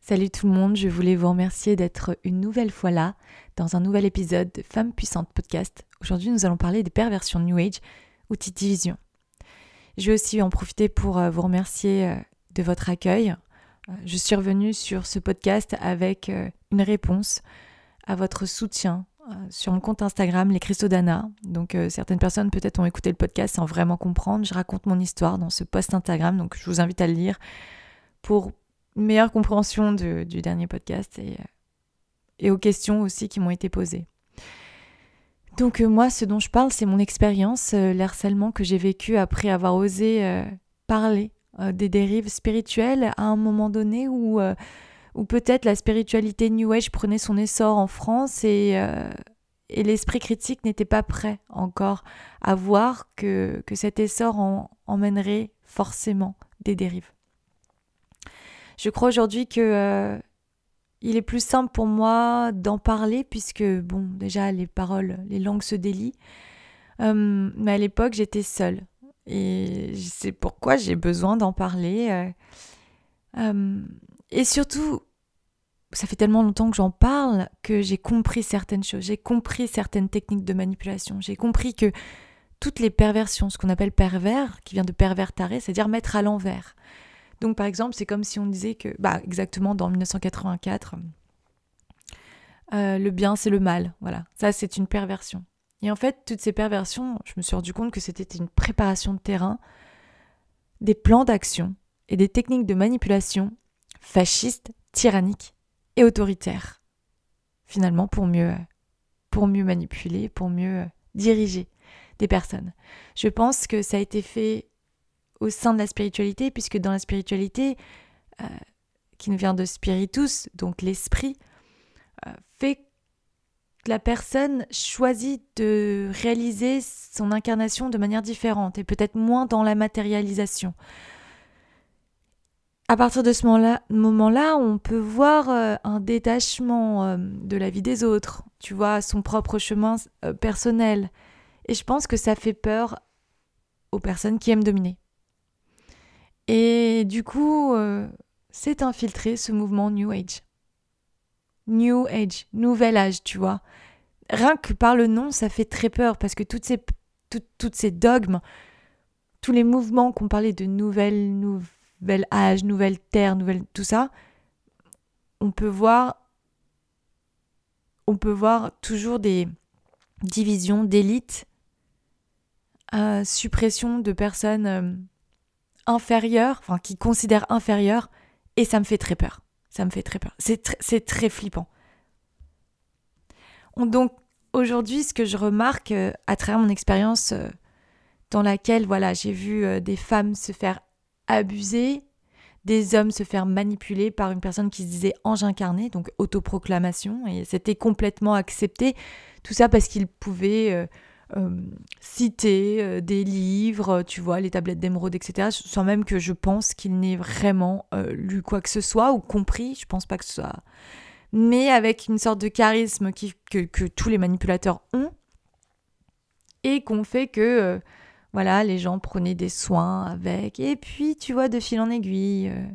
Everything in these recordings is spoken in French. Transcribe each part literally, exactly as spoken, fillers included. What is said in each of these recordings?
Salut tout le monde, je voulais vous remercier d'être une nouvelle fois là dans un nouvel épisode de Femmes Puissantes Podcast. Aujourd'hui, nous allons parler des perversions New Age ou Titi Vision. Je vais aussi en profiter pour vous remercier de votre accueil. Je suis revenue sur ce podcast avec une réponse à votre soutien sur mon compte Instagram, Les Cristaux d'Anna. Donc euh, certaines personnes peut-être ont écouté le podcast sans vraiment comprendre. Je raconte mon histoire dans ce post Instagram, donc je vous invite à le lire pour une meilleure compréhension de, du dernier podcast et, et aux questions aussi qui m'ont été posées. Donc euh, moi, ce dont je parle, c'est mon expérience, euh, l'harcèlement que j'ai vécu après avoir osé euh, parler euh, des dérives spirituelles à un moment donné où, euh, où peut-être la spiritualité New Age prenait son essor en France et, euh, et l'esprit critique n'était pas prêt encore à voir que, que cet essor en, emmènerait forcément des dérives. Je crois aujourd'hui que euh, il est plus simple pour moi d'en parler puisque, bon, déjà, les paroles, les langues se délient. Euh, mais à l'époque, j'étais seule. Et c'est pourquoi j'ai besoin d'en parler. Euh, euh, et surtout, ça fait tellement longtemps que j'en parle que j'ai compris certaines choses. J'ai compris certaines techniques de manipulation. J'ai compris que toutes les perversions, ce qu'on appelle pervers, qui vient de pervertare, c'est-à-dire mettre à l'envers. Donc, par exemple, c'est comme si on disait que, bah, exactement dans dix-neuf cent quatre-vingt-quatre, euh, le bien, c'est le mal. Voilà, ça, c'est une perversion. Et en fait, toutes ces perversions, je me suis rendu compte que c'était une préparation de terrain, des plans d'action et des techniques de manipulation fascistes, tyranniques et autoritaires. Finalement, pour mieux, pour mieux manipuler, pour mieux diriger des personnes. Je pense que ça a été fait au sein de la spiritualité, puisque dans la spiritualité, euh, qui nous vient de spiritus, donc l'esprit, euh, fait que la personne choisit de réaliser son incarnation de manière différente et peut-être moins dans la matérialisation. À partir de ce moment-là, moment-là on peut voir euh, un détachement euh, de la vie des autres, tu vois, son propre chemin euh, personnel. Et je pense que ça fait peur aux personnes qui aiment dominer. Et du coup, euh, c'est infiltré ce mouvement New Age. New Age, nouvel âge, tu vois. Rien que par le nom, ça fait très peur parce que toutes ces, tout, toutes ces dogmes, tous les mouvements qu'on parlait de nouvelle, nouvel âge, nouvelle terre, nouvelle, tout ça, on peut voir, on peut voir toujours des divisions d'élites, euh, suppression de personnes euh, inférieures, enfin qui considèrent inférieures, et ça me fait très peur. Ça me fait très peur. C'est, tr- c'est très flippant. Donc aujourd'hui, ce que je remarque euh, à travers mon expérience euh, dans laquelle voilà, j'ai vu euh, des femmes se faire abuser, des hommes se faire manipuler par une personne qui se disait ange incarné, donc autoproclamation, et c'était complètement accepté. Tout ça parce qu'ils pouvaient euh, euh, citer euh, des livres, tu vois, les tablettes d'émeraude, et cetera, sans même que je pense qu'ils n'aient vraiment euh, lu quoi que ce soit ou compris. Je pense pas que ce soit... mais avec une sorte de charisme qui, que, que tous les manipulateurs ont et qu'on fait que euh, voilà, les gens prenaient des soins avec. Et puis, tu vois, de fil en aiguille, euh,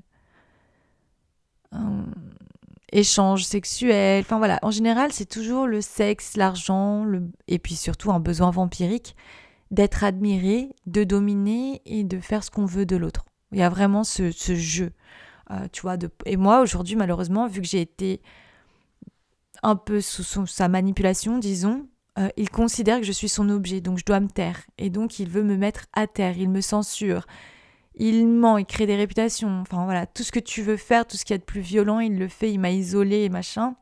un échange sexuel. Enfin voilà, en général, c'est toujours le sexe, l'argent, le... et puis surtout un besoin vampirique d'être admiré, de dominer et de faire ce qu'on veut de l'autre. Il y a vraiment ce, ce jeu, euh, tu vois. De... Et moi, aujourd'hui, malheureusement, vu que j'ai été un peu sous son, sa manipulation, disons, euh, il considère que je suis son objet, donc je dois me taire. Et donc, il veut me mettre à terre, il me censure, il ment, il crée des réputations. Enfin, voilà, tout ce que tu veux faire, tout ce qu'il y a de plus violent, il le fait, il m'a isolée et machin.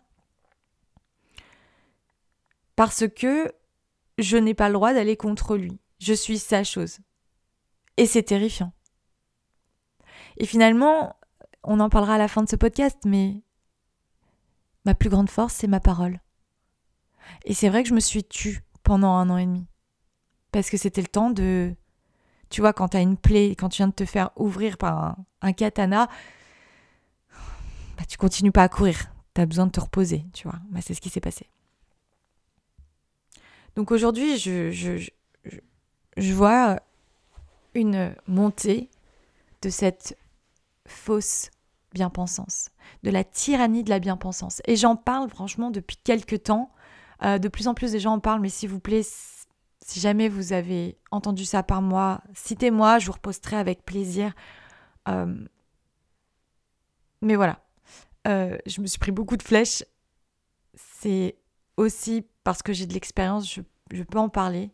Parce que je n'ai pas le droit d'aller contre lui. Je suis sa chose. Et c'est terrifiant. Et finalement, on en parlera à la fin de ce podcast, mais ma plus grande force, c'est ma parole. Et c'est vrai que je me suis tue pendant un an et demi. Parce que c'était le temps de... Tu vois, quand t'as une plaie, quand tu viens de te faire ouvrir par un, un katana, bah, tu continues pas à courir. T'as besoin de te reposer, tu vois. Bah, c'est ce qui s'est passé. Donc aujourd'hui, je, je, je, je vois une montée de cette fausse bien-pensance, de la tyrannie de la bien-pensance. Et j'en parle franchement depuis quelques temps. Euh, de plus en plus de gens en parlent, mais s'il vous plaît, si jamais vous avez entendu ça par moi, citez-moi, je vous reposterai avec plaisir. Euh, mais voilà, euh, je me suis pris beaucoup de flèches. C'est aussi parce que j'ai de l'expérience, je, je peux en parler.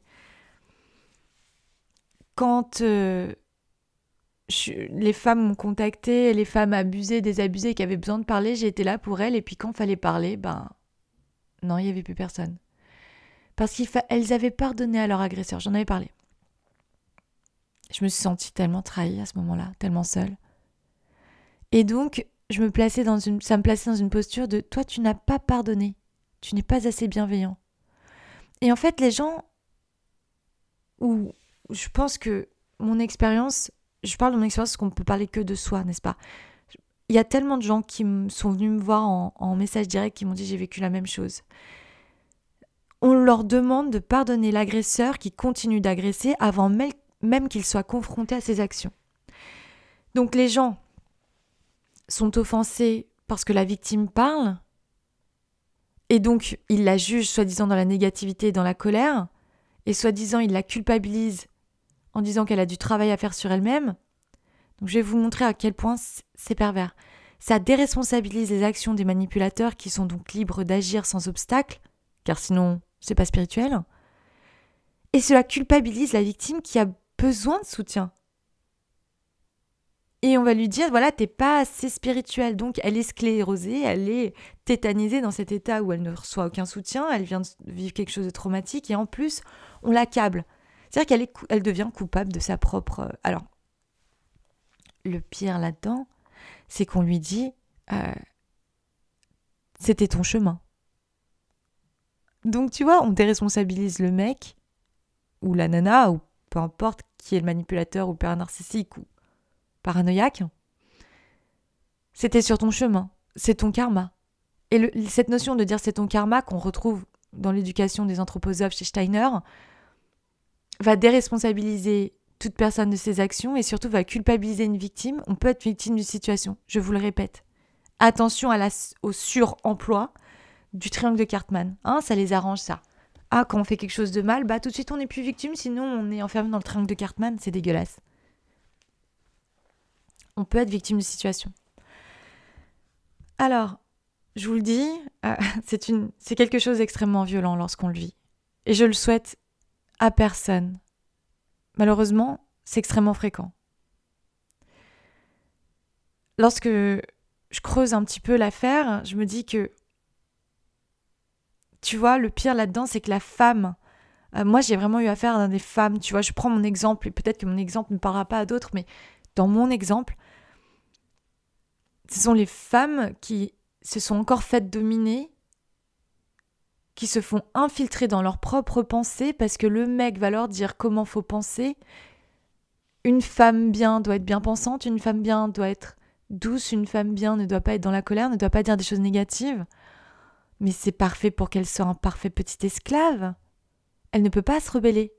Quand euh, je, les femmes m'ont contactée, les femmes abusées, désabusées, qui avaient besoin de parler, j'ai été là pour elles. Et puis quand il fallait parler, ben non, il n'y avait plus personne. Parce qu'elles fa- avaient pardonné à leur agresseur, j'en avais parlé. Je me suis sentie tellement trahie à ce moment-là, tellement seule. Et donc, je me plaçais dans une, ça me plaçait dans une posture de « toi, tu n'as pas pardonné, tu n'es pas assez bienveillant ». Et en fait, les gens, où je pense que mon expérience, je parle de mon expérience parce qu'on ne peut parler que de soi, n'est-ce pas ? Il y a tellement de gens qui sont venus me voir en, en message direct qui m'ont dit « j'ai vécu la même chose ». On leur demande de pardonner l'agresseur qui continue d'agresser avant même, même qu'il soit confronté à ses actions. Donc les gens sont offensés parce que la victime parle, et donc ils la jugent soi-disant dans la négativité et dans la colère, et soi-disant ils la culpabilisent en disant qu'elle a du travail à faire sur elle-même. Donc je vais vous montrer à quel point c'est pervers. Ça déresponsabilise les actions des manipulateurs qui sont donc libres d'agir sans obstacle, car sinon c'est pas spirituel, et cela culpabilise la victime qui a besoin de soutien. Et on va lui dire, voilà, t'es pas assez spirituelle. Donc elle est sclérosée, elle est tétanisée dans cet état où elle ne reçoit aucun soutien, elle vient de vivre quelque chose de traumatique et en plus, on l'accable. C'est-à-dire qu'elle est, elle devient coupable de sa propre... Alors, le pire là-dedans, c'est qu'on lui dit, euh, c'était ton chemin. Donc tu vois, on déresponsabilise le mec, ou la nana, ou peu importe qui est le manipulateur ou le père narcissique ou paranoïaque, c'était sur ton chemin, c'est ton karma. Et le, cette notion de dire c'est ton karma qu'on retrouve dans l'éducation des anthroposophes chez Steiner va déresponsabiliser toute personne de ses actions et surtout va culpabiliser une victime. On peut être victime d'une situation, je vous le répète. Attention à la, au suremploi du triangle de Cartman, hein, ça les arrange ça. Ah, quand on fait quelque chose de mal, bah tout de suite on n'est plus victime, sinon on est enfermé dans le triangle de Cartman, c'est dégueulasse. On peut être victime de situation. Alors, je vous le dis, euh, c'est, une, c'est quelque chose d'extrêmement violent lorsqu'on le vit. Et je le souhaite à personne. Malheureusement, c'est extrêmement fréquent. Lorsque je creuse un petit peu l'affaire, je me dis que, tu vois, le pire là-dedans, c'est que la femme... Euh, moi, j'ai vraiment eu affaire à des femmes, tu vois, je prends mon exemple, et peut-être que mon exemple ne parlera pas à d'autres, mais dans mon exemple, ce sont les femmes qui se sont encore faites dominer, qui se font infiltrer dans leurs propres pensées parce que le mec va leur dire comment faut penser. Une femme bien doit être bien pensante, une femme bien doit être douce, une femme bien ne doit pas être dans la colère, ne doit pas dire des choses négatives. Mais c'est parfait pour qu'elle soit un parfait petit esclave. Elle ne peut pas se rebeller.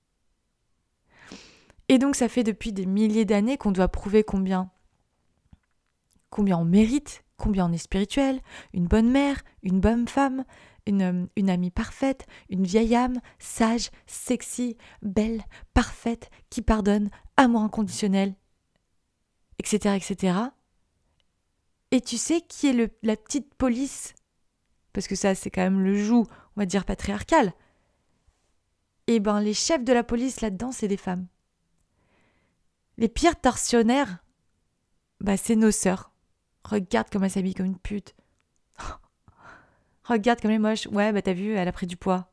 Et donc ça fait depuis des milliers d'années qu'on doit prouver combien, combien on mérite, combien on est spirituel, une bonne mère, une bonne femme, Une, une amie parfaite, une vieille âme, sage, sexy, belle, parfaite, qui pardonne, amour inconditionnel, et cetera, et cetera. Et tu sais qui est le, la petite police ? Parce que ça, c'est quand même le joug, on va dire, patriarcal. Eh ben, les chefs de la police là-dedans, c'est des femmes. Les pires tortionnaires, bah, c'est nos sœurs. Regarde comme elle s'habille comme une pute. Regarde comme elle est moche. Ouais, bah t'as vu, elle a pris du poids.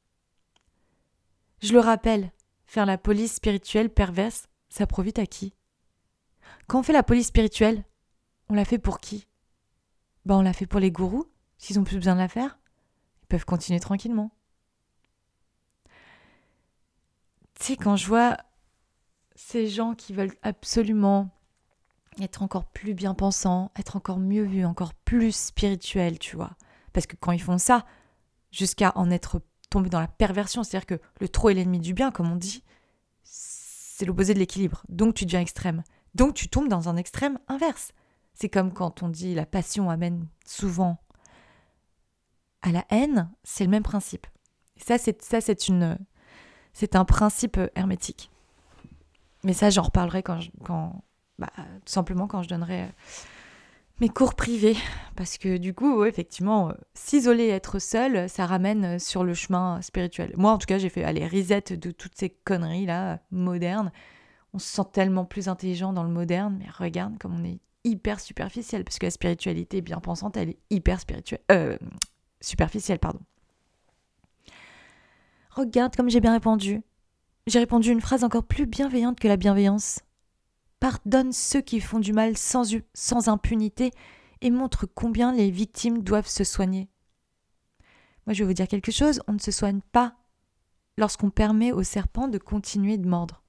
Je le rappelle, faire la police spirituelle perverse, ça profite à qui ? Quand on fait la police spirituelle, on la fait pour qui ? Bah on la fait pour les gourous, s'ils ont plus besoin de la faire. Ils peuvent continuer tranquillement. Tu sais, quand je vois ces gens qui veulent absolument être encore plus bien pensants, être encore mieux vus, encore plus spirituels, tu vois. Parce que quand ils font ça, jusqu'à en être tombés dans la perversion, c'est-à-dire que le trop est l'ennemi du bien, comme on dit, c'est l'opposé de l'équilibre. Donc tu deviens extrême. Donc tu tombes dans un extrême inverse. C'est comme quand on dit la passion amène souvent à la haine, c'est le même principe. Et ça, c'est, ça c'est, une, c'est un principe hermétique. Mais ça, j'en reparlerai quand, je, quand bah, tout simplement quand je donnerai mes cours privés. Parce que du coup, ouais, effectivement, euh, s'isoler et être seul, ça ramène sur le chemin spirituel. Moi, en tout cas, j'ai fait aller reset de toutes ces conneries-là, modernes. On se sent tellement plus intelligent dans le moderne, mais regarde comme on est hyper superficiel, parce que la spiritualité bien pensante, elle est hyper spirituelle. Euh, superficielle, pardon. Regarde comme j'ai bien répondu. J'ai répondu une phrase encore plus bienveillante que la bienveillance. Pardonne ceux qui font du mal sans, sans impunité et montre combien les victimes doivent se soigner. Moi, je vais vous dire quelque chose, on ne se soigne pas lorsqu'on permet au serpent de continuer de mordre.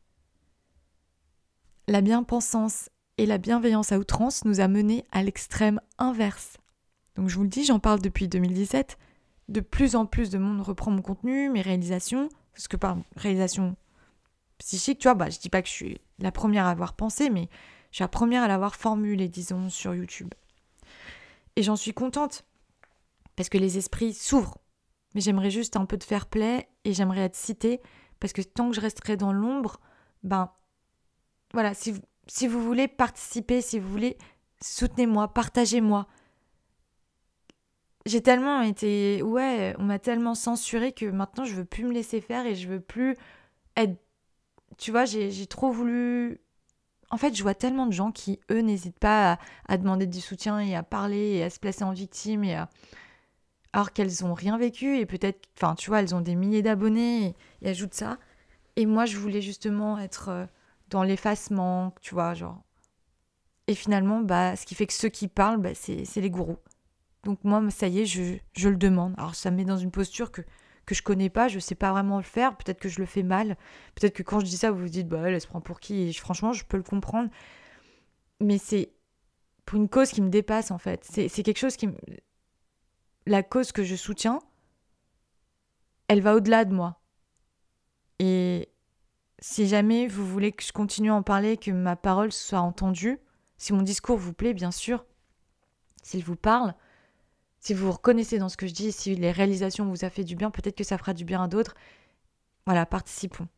La bien-pensance et la bienveillance à outrance nous a menés à l'extrême inverse. Donc je vous le dis, j'en parle depuis deux mille dix-sept. De plus en plus de monde reprend mon contenu, mes réalisations. Parce que par réalisation psychique, tu vois, bah, je dis pas que je suis la première à avoir pensé, mais je suis la première à l'avoir formulé, disons, sur YouTube. Et j'en suis contente, parce que les esprits s'ouvrent. Mais j'aimerais juste un peu de fair play, et j'aimerais être citée, parce que tant que je resterai dans l'ombre, ben, voilà, si vous, si vous voulez participer, si vous voulez, soutenez-moi, partagez-moi. J'ai tellement été... Ouais, on m'a tellement censuré que maintenant, je veux plus me laisser faire et je veux plus être... Tu vois, j'ai, j'ai trop voulu... En fait, je vois tellement de gens qui, eux, n'hésitent pas à, à demander du soutien et à parler et à se placer en victime et à... alors qu'elles ont rien vécu et peut-être... Enfin, tu vois, elles ont des milliers d'abonnés et, et ajoutent ça. Et moi, je voulais justement être dans l'effacement, tu vois, genre... Et finalement, bah, ce qui fait que ceux qui parlent, bah, c'est, c'est les gourous. Donc moi, ça y est, je, je le demande. Alors ça me met dans une posture que, que je connais pas, je sais pas vraiment le faire, peut-être que je le fais mal, peut-être que quand je dis ça, vous vous dites, bah elle se prend pour qui ? Et je, franchement, je peux le comprendre. Mais c'est pour une cause qui me dépasse en fait. C'est, c'est quelque chose qui me... La cause que je soutiens, elle va au-delà de moi. Et si jamais vous voulez que je continue à en parler, que ma parole soit entendue, si mon discours vous plaît, bien sûr, s'il vous parle, si vous vous reconnaissez dans ce que je dis, si les réalisations vous a fait du bien, peut-être que ça fera du bien à d'autres. Voilà, participons.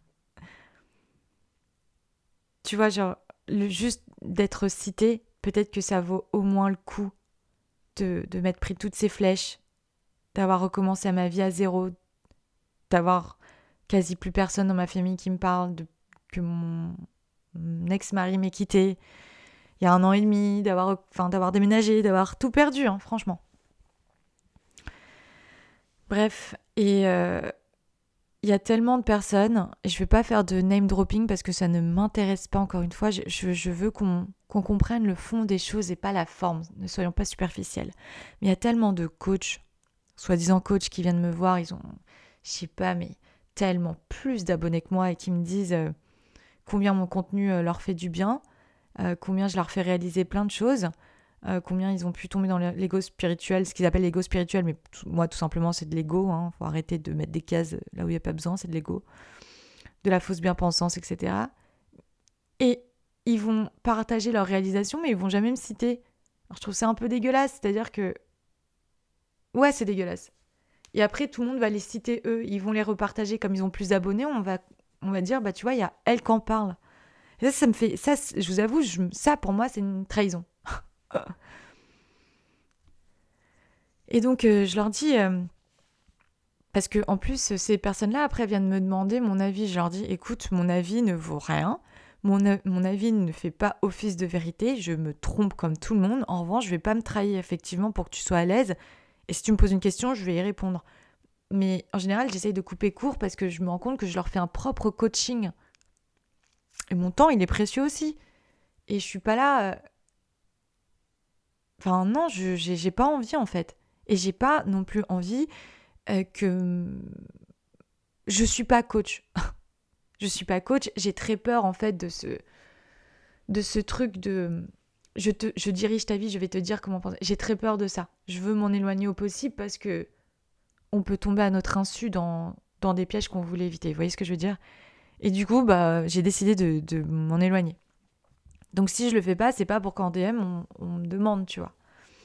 Tu vois, genre, le, juste d'être cité, peut-être que ça vaut au moins le coup de, de m'être pris toutes ces flèches, d'avoir recommencé à ma vie à zéro, d'avoir quasi plus personne dans ma famille qui me parle, de, que mon, mon ex-mari m'ait quitté il y a un an et demi, d'avoir, enfin, d'avoir déménagé, d'avoir tout perdu, hein, franchement. Bref, et euh, il y a tellement de personnes, et je ne vais pas faire de name dropping parce que ça ne m'intéresse pas encore une fois, je, je, je veux qu'on, qu'on comprenne le fond des choses et pas la forme, ne soyons pas superficiels. Mais il y a tellement de coachs, soi-disant coachs qui viennent me voir, ils ont, je sais pas, mais tellement plus d'abonnés que moi et qui me disent euh, combien mon contenu euh, leur fait du bien, euh, combien je leur fais réaliser plein de choses. Euh, combien ils ont pu tomber dans l'ego spirituel, ce qu'ils appellent l'ego spirituel, mais t- moi tout simplement c'est de l'ego, hein. Faut arrêter de mettre des cases là où il n'y a pas besoin, c'est de l'ego, de la fausse bien-pensance, et cetera. Et ils vont partager leurs réalisations, mais ils vont jamais me citer. Alors je trouve ça un peu dégueulasse, c'est-à-dire que ouais, c'est dégueulasse. Et après tout le monde va les citer eux, ils vont les repartager comme ils ont plus d'abonnés, on va on va dire bah tu vois il y a elle qui en parle. Et ça ça me fait ça, je vous avoue, je, ça pour moi c'est une trahison. Et donc, euh, je leur dis... Euh, parce que en plus, ces personnes-là, après, viennent me demander mon avis. Je leur dis, écoute, mon avis ne vaut rien. Mon, a- mon avis ne fait pas office de vérité. Je me trompe comme tout le monde. En revanche, je vais pas me trahir, effectivement, pour que tu sois à l'aise. Et si tu me poses une question, je vais y répondre. Mais en général, j'essaye de couper court parce que je me rends compte que je leur fais un propre coaching. Et mon temps, il est précieux aussi. Et je suis pas là... euh, Enfin, non, je j'ai, j'ai pas envie, en fait. Et j'ai pas non plus envie... Euh, que je suis pas coach. je suis pas coach. J'ai très peur en fait de ce de ce truc de je te je dirige ta vie, je vais te dire comment penser. J'ai très peur de ça. Je veux m'en éloigner au possible parce que on peut tomber à notre insu dans dans des pièges qu'on voulait éviter. Vous voyez ce que je veux dire ? Et du coup, bah j'ai décidé de de m'en éloigner. Donc si je le fais pas, c'est pas pour qu'en D M, on, on me demande, tu vois.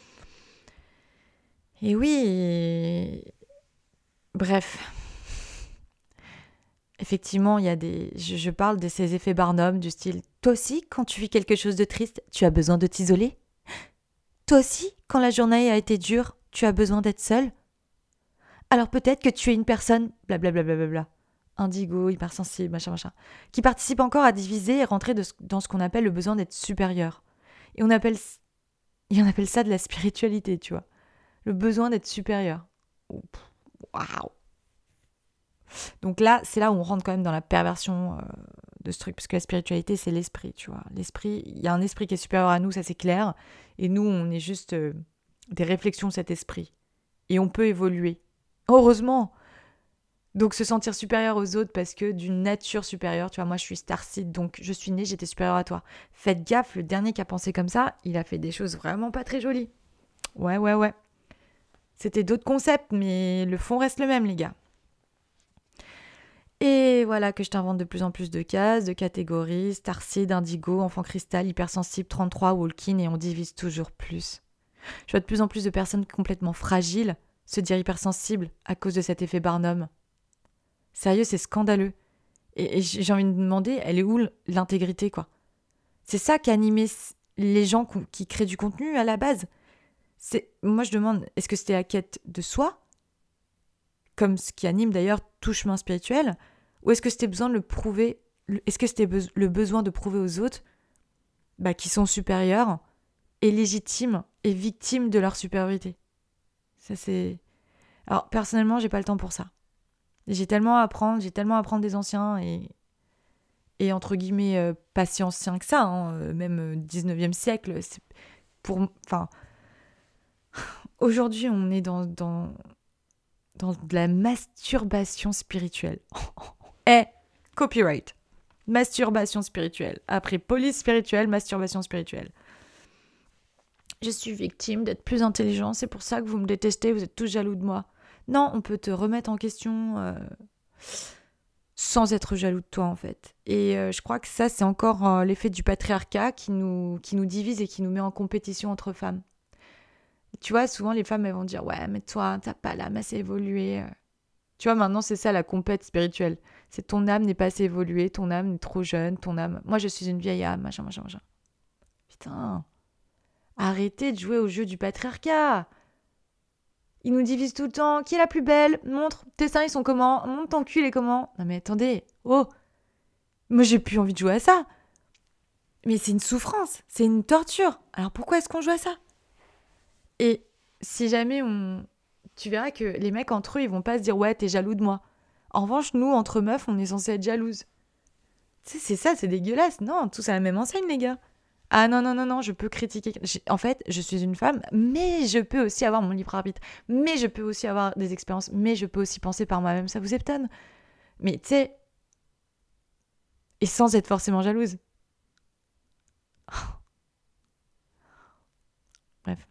Et oui, et... bref. Effectivement, il y a des... Je, je parle de ces effets Barnum, du style « Toi aussi, quand tu vis quelque chose de triste, tu as besoin de t'isoler ? Toi aussi, quand la journée a été dure, tu as besoin d'être seul ? Alors peut-être que tu es une personne... blablabla. Bla bla bla, indigo, hypersensible, machin, machin, qui participe encore à diviser et rentrer de ce, dans ce qu'on appelle le besoin d'être supérieur. Et on appelle, et on appelle ça de la spiritualité, tu vois. Le besoin d'être supérieur. Waouh. Donc là, c'est là où on rentre quand même dans la perversion euh, de ce truc, parce que la spiritualité, c'est l'esprit, tu vois. L'esprit, il y a un esprit qui est supérieur à nous, ça c'est clair, et nous, on est juste euh, des réflexions de cet esprit. Et on peut évoluer. Heureusement. Donc se sentir supérieur aux autres parce que d'une nature supérieure, tu vois, moi je suis starseed, donc je suis née, j'étais supérieure à toi. Faites gaffe, le dernier qui a pensé comme ça, il a fait des choses vraiment pas très jolies. Ouais, ouais, ouais. C'était d'autres concepts, mais le fond reste le même, les gars. Et voilà que je t'invente de plus en plus de cases, de catégories, starseed, indigo, enfant cristal, hypersensible, trente-trois, walk-in, et on divise toujours plus. Je vois de plus en plus de personnes complètement fragiles se dire hypersensibles à cause de cet effet Barnum. Sérieux, c'est scandaleux. Et, et j'ai envie de me demander, elle est où l'intégrité, quoi ? C'est ça qui animait les gens qui créent du contenu à la base. C'est, moi, je demande, est-ce que c'était la quête de soi, comme ce qui anime d'ailleurs tout chemin spirituel, ou est-ce que c'était besoin de le prouver, est-ce que c'était be- le besoin de prouver aux autres bah, qu'ils sont supérieurs et légitimes et victimes de leur supériorité ? Ça, c'est... Alors, personnellement, j'ai pas le temps pour ça. J'ai tellement à apprendre, j'ai tellement à apprendre des anciens et, et entre guillemets, euh, pas si anciens que ça, hein, euh, même dix-neuvième siècle. C'est pour, enfin, aujourd'hui, on est dans, dans, dans de la masturbation spirituelle. Eh, copyright. Masturbation spirituelle. Après police spirituelle, masturbation spirituelle. Je suis victime d'être plus intelligent, c'est pour ça que vous me détestez, vous êtes tous jaloux de moi. Non, on peut te remettre en question euh, sans être jaloux de toi, en fait. Et euh, je crois que ça, c'est encore euh, l'effet du patriarcat qui nous, qui nous divise et qui nous met en compétition entre femmes. Tu vois, souvent, les femmes, elles vont dire « Ouais, mais toi, t'as pas l'âme assez évoluée. » Tu vois, maintenant, c'est ça, la compète spirituelle. C'est ton âme n'est pas assez évoluée, ton âme est trop jeune, ton âme... Moi, je suis une vieille âme, machin, machin, machin. Putain, arrêtez de jouer au jeu du patriarcat. Ils nous divisent tout le temps. Qui est la plus belle ? Montre. Tes seins, ils sont comment ? Montre ton cul, il est comment ? Non mais attendez. Oh. Moi, j'ai plus envie de jouer à ça. Mais c'est une souffrance. C'est une torture. Alors pourquoi est-ce qu'on joue à ça ? Et si jamais on... Tu verras que les mecs entre eux, ils vont pas se dire « Ouais, t'es jaloux de moi ». En revanche, nous, entre meufs, on est censé être jalouses. Tu sais, c'est ça, c'est dégueulasse. Non, tous à la même enseigne, les gars. Ah non, non, non, non, je peux critiquer. J'ai- En fait, je suis une femme, mais je peux aussi avoir mon libre arbitre. Mais je peux aussi avoir des expériences. Mais je peux aussi penser par moi-même. Ça vous étonne ? Mais tu sais, et sans être forcément jalouse. Bref.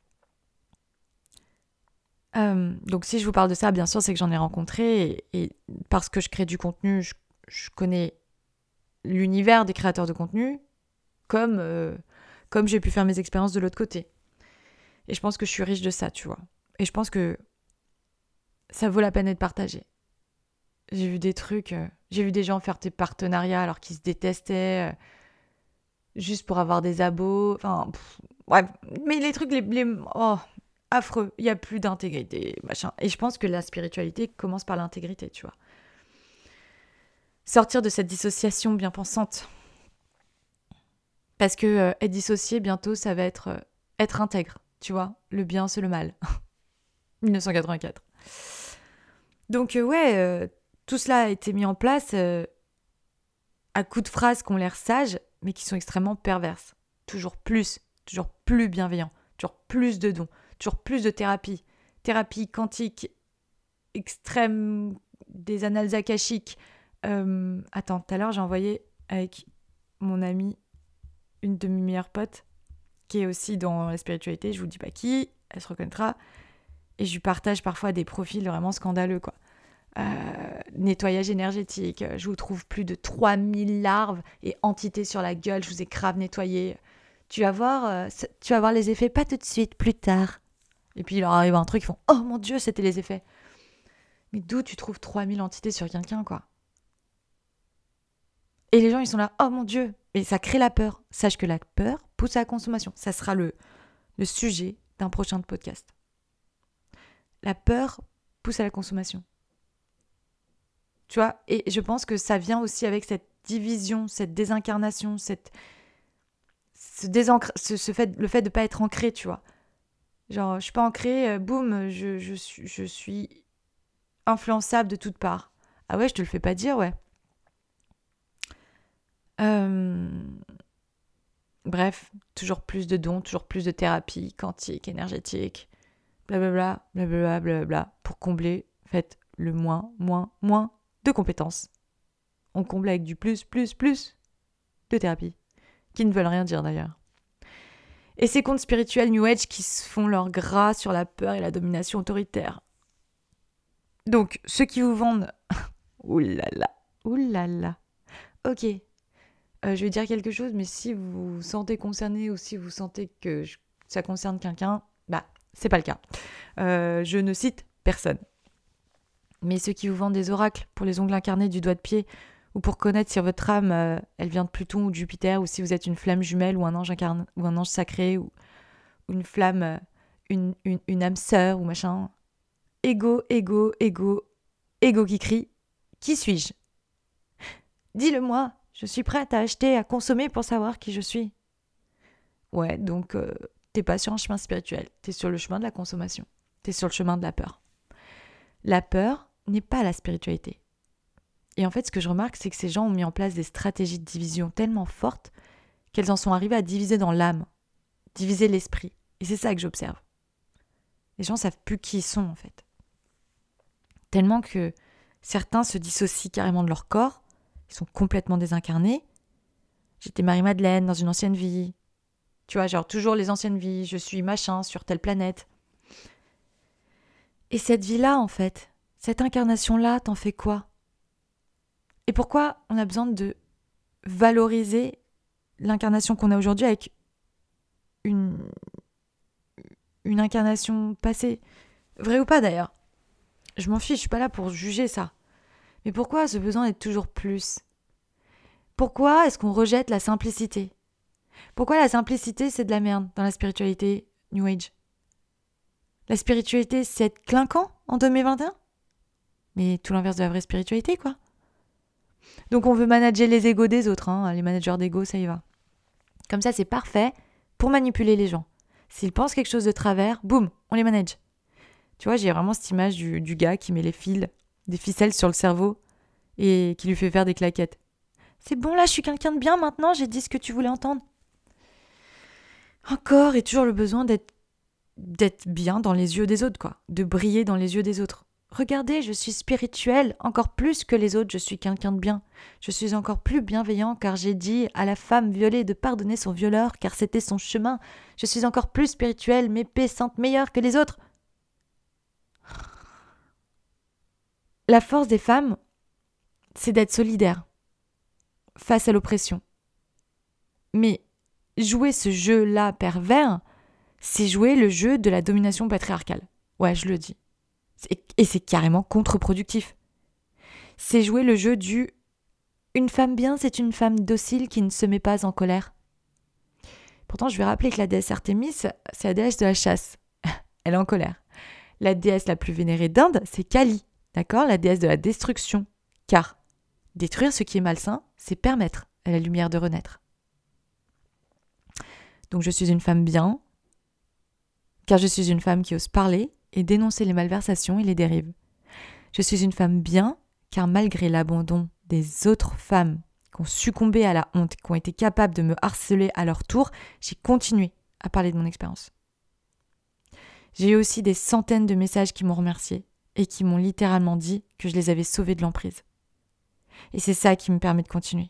Euh, donc si je vous parle de ça, bien sûr, c'est que j'en ai rencontré. Et, et parce que je crée du contenu, je, je connais l'univers des créateurs de contenu comme, euh, comme j'ai pu faire mes expériences de l'autre côté. Et je pense que je suis riche de ça, tu vois. Et je pense que ça vaut la peine d'être partagé. J'ai vu des trucs, euh, j'ai vu des gens faire des partenariats alors qu'ils se détestaient, euh, juste pour avoir des abos. Enfin, pff, ouais, mais les trucs, les, les oh, affreux. Il n'y a plus d'intégrité, machin. Et je pense que la spiritualité commence par l'intégrité, tu vois. Sortir de cette dissociation bien pensante. Parce que euh, être dissocié, bientôt, ça va être euh, être intègre, tu vois. Le bien, c'est le mal. dix-neuf cent quatre-vingt-quatre. Donc, euh, ouais, euh, tout cela a été mis en place euh, à coups de phrases qui ont l'air sages, mais qui sont extrêmement perverses. Toujours plus, toujours plus bienveillant, toujours plus de dons, toujours plus de thérapie. Thérapie quantique, extrême, des annales akashiques. Euh, attends, tout à l'heure, j'ai envoyé avec mon amie, une de mes meilleures potes, qui est aussi dans la spiritualité, je vous dis pas qui, elle se reconnaîtra, et je lui partage parfois des profils vraiment scandaleux, quoi. euh, nettoyage énergétique. Je vous trouve plus de trois mille larves et entités sur la gueule. Je vous ai grave nettoyé. Tu vas voir, euh, tu vas voir les effets, pas tout de suite, plus tard. Et puis il leur arrive un truc, ils font « Oh mon Dieu, c'était les effets !» Mais d'où tu trouves trois mille entités sur quelqu'un, quoi? Et les gens, ils sont là « Oh mon Dieu !» Et ça crée la peur. Sache que la peur pousse à la consommation. Ça sera le, le sujet d'un prochain podcast. La peur pousse à la consommation. Tu vois, et je pense que ça vient aussi avec cette division, cette désincarnation, cette, ce, désancr- ce, ce fait, le fait de ne pas être ancré, tu vois. Genre, je suis pas ancrée, euh, boum, je, je, suis, je suis influençable de toutes parts. Ah ouais, je te le fais pas dire, ouais. Euh... Bref, toujours plus de dons, toujours plus de thérapie quantique, énergétique, blablabla, blablabla, blablabla, pour combler, faites le moins, moins, moins de compétences. On comble avec du plus, plus, plus de thérapie, qui ne veulent rien dire d'ailleurs. Et ces comptes spirituels New Age qui se font leur gras sur la peur et la domination autoritaire. Donc, ceux qui vous vendent... Oulala, oulala. Ok, euh, je vais dire quelque chose, mais si vous vous sentez concerné ou si vous sentez que je... ça concerne quelqu'un, bah, c'est pas le cas. Euh, je ne cite personne. Mais ceux qui vous vendent des oracles pour les ongles incarnés du doigt de pied, ou pour connaître si votre âme, euh, elle vient de Pluton ou de Jupiter, ou si vous êtes une flamme jumelle ou un ange incarné, ou un ange sacré, ou, ou une flamme, euh, une, une, une âme sœur, ou machin. Égo, égo, égo, égo qui crie. Qui suis-je ? Dis-le-moi, je suis prête à acheter, à consommer pour savoir qui je suis. Ouais, donc euh, t'es pas sur un chemin spirituel, t'es sur le chemin de la consommation, t'es sur le chemin de la peur. La peur n'est pas la spiritualité. Et en fait, ce que je remarque, c'est que ces gens ont mis en place des stratégies de division tellement fortes qu'elles en sont arrivées à diviser dans l'âme, diviser l'esprit. Et c'est ça que j'observe. Les gens savent plus qui ils sont, en fait. Tellement que certains se dissocient carrément de leur corps, ils sont complètement désincarnés. J'étais Marie-Madeleine dans une ancienne vie. Tu vois, genre toujours les anciennes vies, je suis machin sur telle planète. Et cette vie-là, en fait, cette incarnation-là, t'en fais quoi ? Et pourquoi on a besoin de valoriser l'incarnation qu'on a aujourd'hui avec une, une incarnation passée? Vrai ou pas d'ailleurs ? Je m'en fiche, je suis pas là pour juger ça. Mais pourquoi ce besoin d'être toujours plus ? Pourquoi est-ce qu'on rejette la simplicité ? Pourquoi la simplicité, c'est de la merde dans la spiritualité New Age ? La spiritualité, c'est être clinquant en deux mille vingt et un ? Mais tout l'inverse de la vraie spiritualité, quoi. Donc on veut manager les égos des autres, hein. Les managers d'ego, ça y va. Comme ça, c'est parfait pour manipuler les gens. S'ils pensent quelque chose de travers, boum, on les manage. Tu vois, j'ai vraiment cette image du, du gars qui met les fils, des ficelles sur le cerveau et qui lui fait faire des claquettes. C'est bon, là, je suis quelqu'un de bien maintenant, j'ai dit ce que tu voulais entendre. Encore et toujours le besoin d'être, d'être bien dans les yeux des autres, quoi. De briller dans les yeux des autres. Regardez, je suis spirituel, encore plus que les autres, je suis quelqu'un de bien. Je suis encore plus bienveillant car j'ai dit à la femme violée de pardonner son violeur car c'était son chemin. Je suis encore plus spirituel, mes paix sentent meilleures que les autres. La force des femmes, c'est d'être solidaire face à l'oppression. Mais jouer ce jeu-là pervers, c'est jouer le jeu de la domination patriarcale. Ouais, je le dis. Et c'est carrément contre-productif. C'est jouer le jeu du « une femme bien, c'est une femme docile qui ne se met pas en colère ». Pourtant, je vais rappeler que la déesse Artémis, c'est la déesse de la chasse. Elle est en colère. La déesse la plus vénérée d'Inde, c'est Kali, d'accord ? La déesse de la destruction. Car détruire ce qui est malsain, c'est permettre à la lumière de renaître. Donc je suis une femme bien, car je suis une femme qui ose parler et dénoncer les malversations et les dérives. Je suis une femme bien, car malgré l'abandon des autres femmes qui ont succombé à la honte, qui ont été capables de me harceler à leur tour, j'ai continué à parler de mon expérience. J'ai eu aussi des centaines de messages qui m'ont remercié et qui m'ont littéralement dit que je les avais sauvés de l'emprise. Et c'est ça qui me permet de continuer.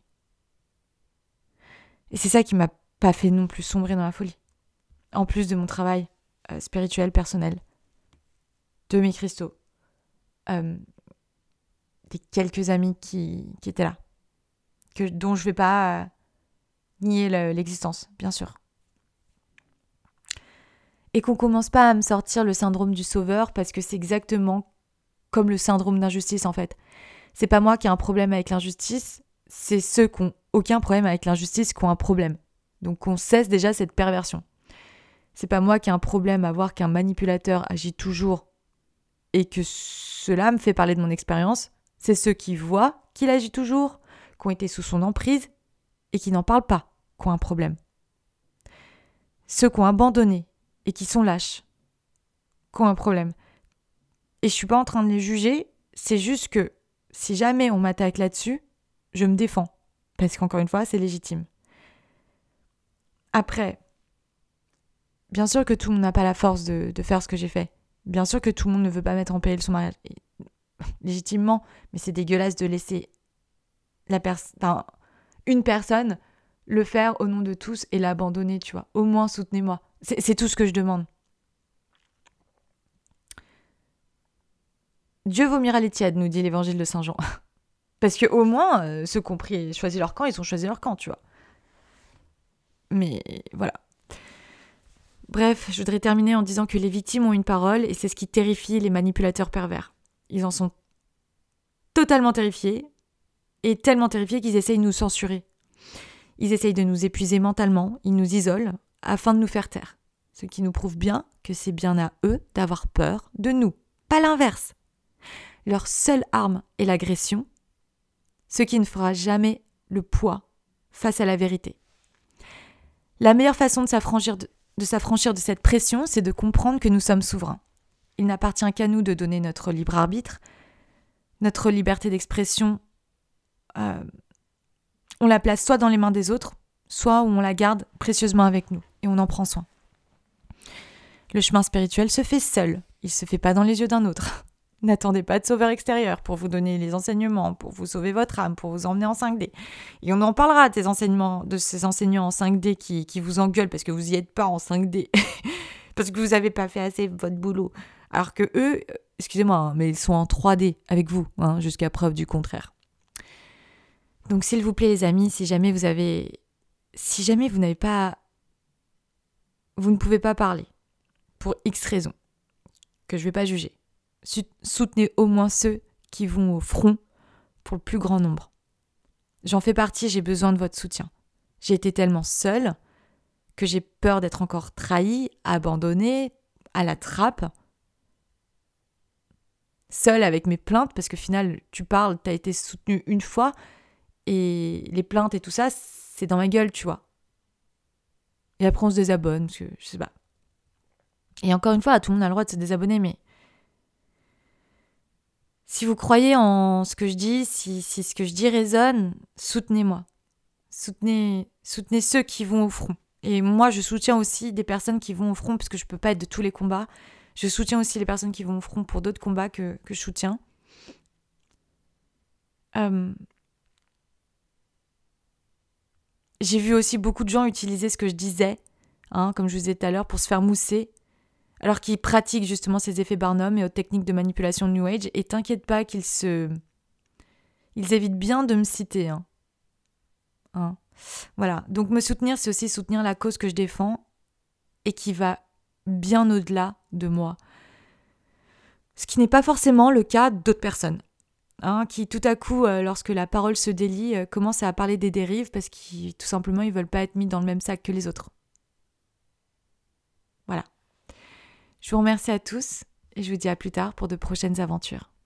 Et c'est ça qui m'a pas fait non plus sombrer dans la folie. En plus de mon travail euh, spirituel, personnel, de mes cristaux, euh, des quelques amis qui, qui étaient là, que, dont je ne vais pas euh, nier le, l'existence, bien sûr. Et qu'on commence pas à me sortir le syndrome du sauveur, parce que c'est exactement comme le syndrome d'injustice en fait. C'est pas moi qui ai un problème avec l'injustice, c'est ceux qui n'ont aucun problème avec l'injustice qui ont un problème. Donc on cesse déjà cette perversion. C'est pas moi qui ai un problème à voir qu'un manipulateur agit toujours et que cela me fait parler de mon expérience. C'est ceux qui voient qu'il agit toujours, qui ont été sous son emprise et qui n'en parlent pas, qui ont un problème. Ceux qui ont abandonné et qui sont lâches, qui ont un problème. Et je suis pas en train de les juger, c'est juste que si jamais on m'attaque là-dessus, je me défends. Parce qu'encore une fois, c'est légitime. Après, bien sûr que tout le monde n'a pas la force de, de faire ce que j'ai fait. Bien sûr que tout le monde ne veut pas mettre en péril son mariage. Et, légitimement, mais c'est dégueulasse de laisser la pers- enfin, une personne le faire au nom de tous et l'abandonner, tu vois. Au moins, soutenez-moi. C'est, c'est tout ce que je demande. Dieu vomira les tièdes, nous dit l'évangile de Saint Jean. Parce que au moins, euh, ceux qui ont pris et choisi leur camp, ils ont choisi leur camp, tu vois. Mais voilà. Bref, je voudrais terminer en disant que les victimes ont une parole et c'est ce qui terrifie les manipulateurs pervers. Ils en sont totalement terrifiés et tellement terrifiés qu'ils essayent de nous censurer. Ils essayent de nous épuiser mentalement, ils nous isolent afin de nous faire taire. Ce qui nous prouve bien que c'est bien à eux d'avoir peur de nous, pas l'inverse. Leur seule arme est l'agression, ce qui ne fera jamais le poids face à la vérité. La meilleure façon de s'affranchir de, de s'affranchir de cette pression, c'est de comprendre que nous sommes souverains. Il n'appartient qu'à nous de donner notre libre arbitre, notre liberté d'expression, euh, on la place soit dans les mains des autres, soit où on la garde précieusement avec nous et on en prend soin. Le chemin spirituel se fait seul, il ne se fait pas dans les yeux d'un autre. N'attendez pas de sauveur extérieur pour vous donner les enseignements, pour vous sauver votre âme, pour vous emmener en cinq D. Et on en parlera de ces enseignements, de ces enseignants en cinq D qui, qui vous engueulent parce que vous n'y êtes pas en cinq D, parce que vous n'avez pas fait assez votre boulot. Alors que eux, excusez-moi, hein, mais ils sont en trois D avec vous, hein, jusqu'à preuve du contraire. Donc s'il vous plaît les amis, si jamais vous avez, si jamais vous n'avez pas, vous ne pouvez pas parler pour X raisons que je ne vais pas juger. Soutenez au moins ceux qui vont au front pour le plus grand nombre. J'en fais partie, j'ai besoin de votre soutien. J'ai été tellement seule que j'ai peur d'être encore trahie, abandonnée, à la trappe. Seule avec mes plaintes, parce qu'au final, tu parles, t'as été soutenue une fois, et les plaintes et tout ça, c'est dans ma gueule, tu vois. Et après, on se désabonne, parce que je sais pas. Et encore une fois, tout le monde a le droit de se désabonner, mais si vous croyez en ce que je dis, si, si ce que je dis résonne, soutenez-moi. Soutenez, soutenez ceux qui vont au front. Et moi, je soutiens aussi des personnes qui vont au front, parce que je ne peux pas être de tous les combats. Je soutiens aussi les personnes qui vont au front pour d'autres combats que, que je soutiens. Euh... J'ai vu aussi beaucoup de gens utiliser ce que je disais, hein, comme je vous disais tout à l'heure, pour se faire mousser, alors qu'ils pratiquent justement ces effets Barnum et autres techniques de manipulation New Age. Et t'inquiète pas qu'ils se... Ils évitent bien de me citer. Hein. Hein. Voilà. Donc me soutenir, c'est aussi soutenir la cause que je défends et qui va bien au-delà de moi. Ce qui n'est pas forcément le cas d'autres personnes. Hein, qui tout à coup, euh, lorsque la parole se délie, euh, commencent à parler des dérives parce qu'ils tout simplement ils veulent pas être mis dans le même sac que les autres. Voilà. Je vous remercie à tous et je vous dis à plus tard pour de prochaines aventures.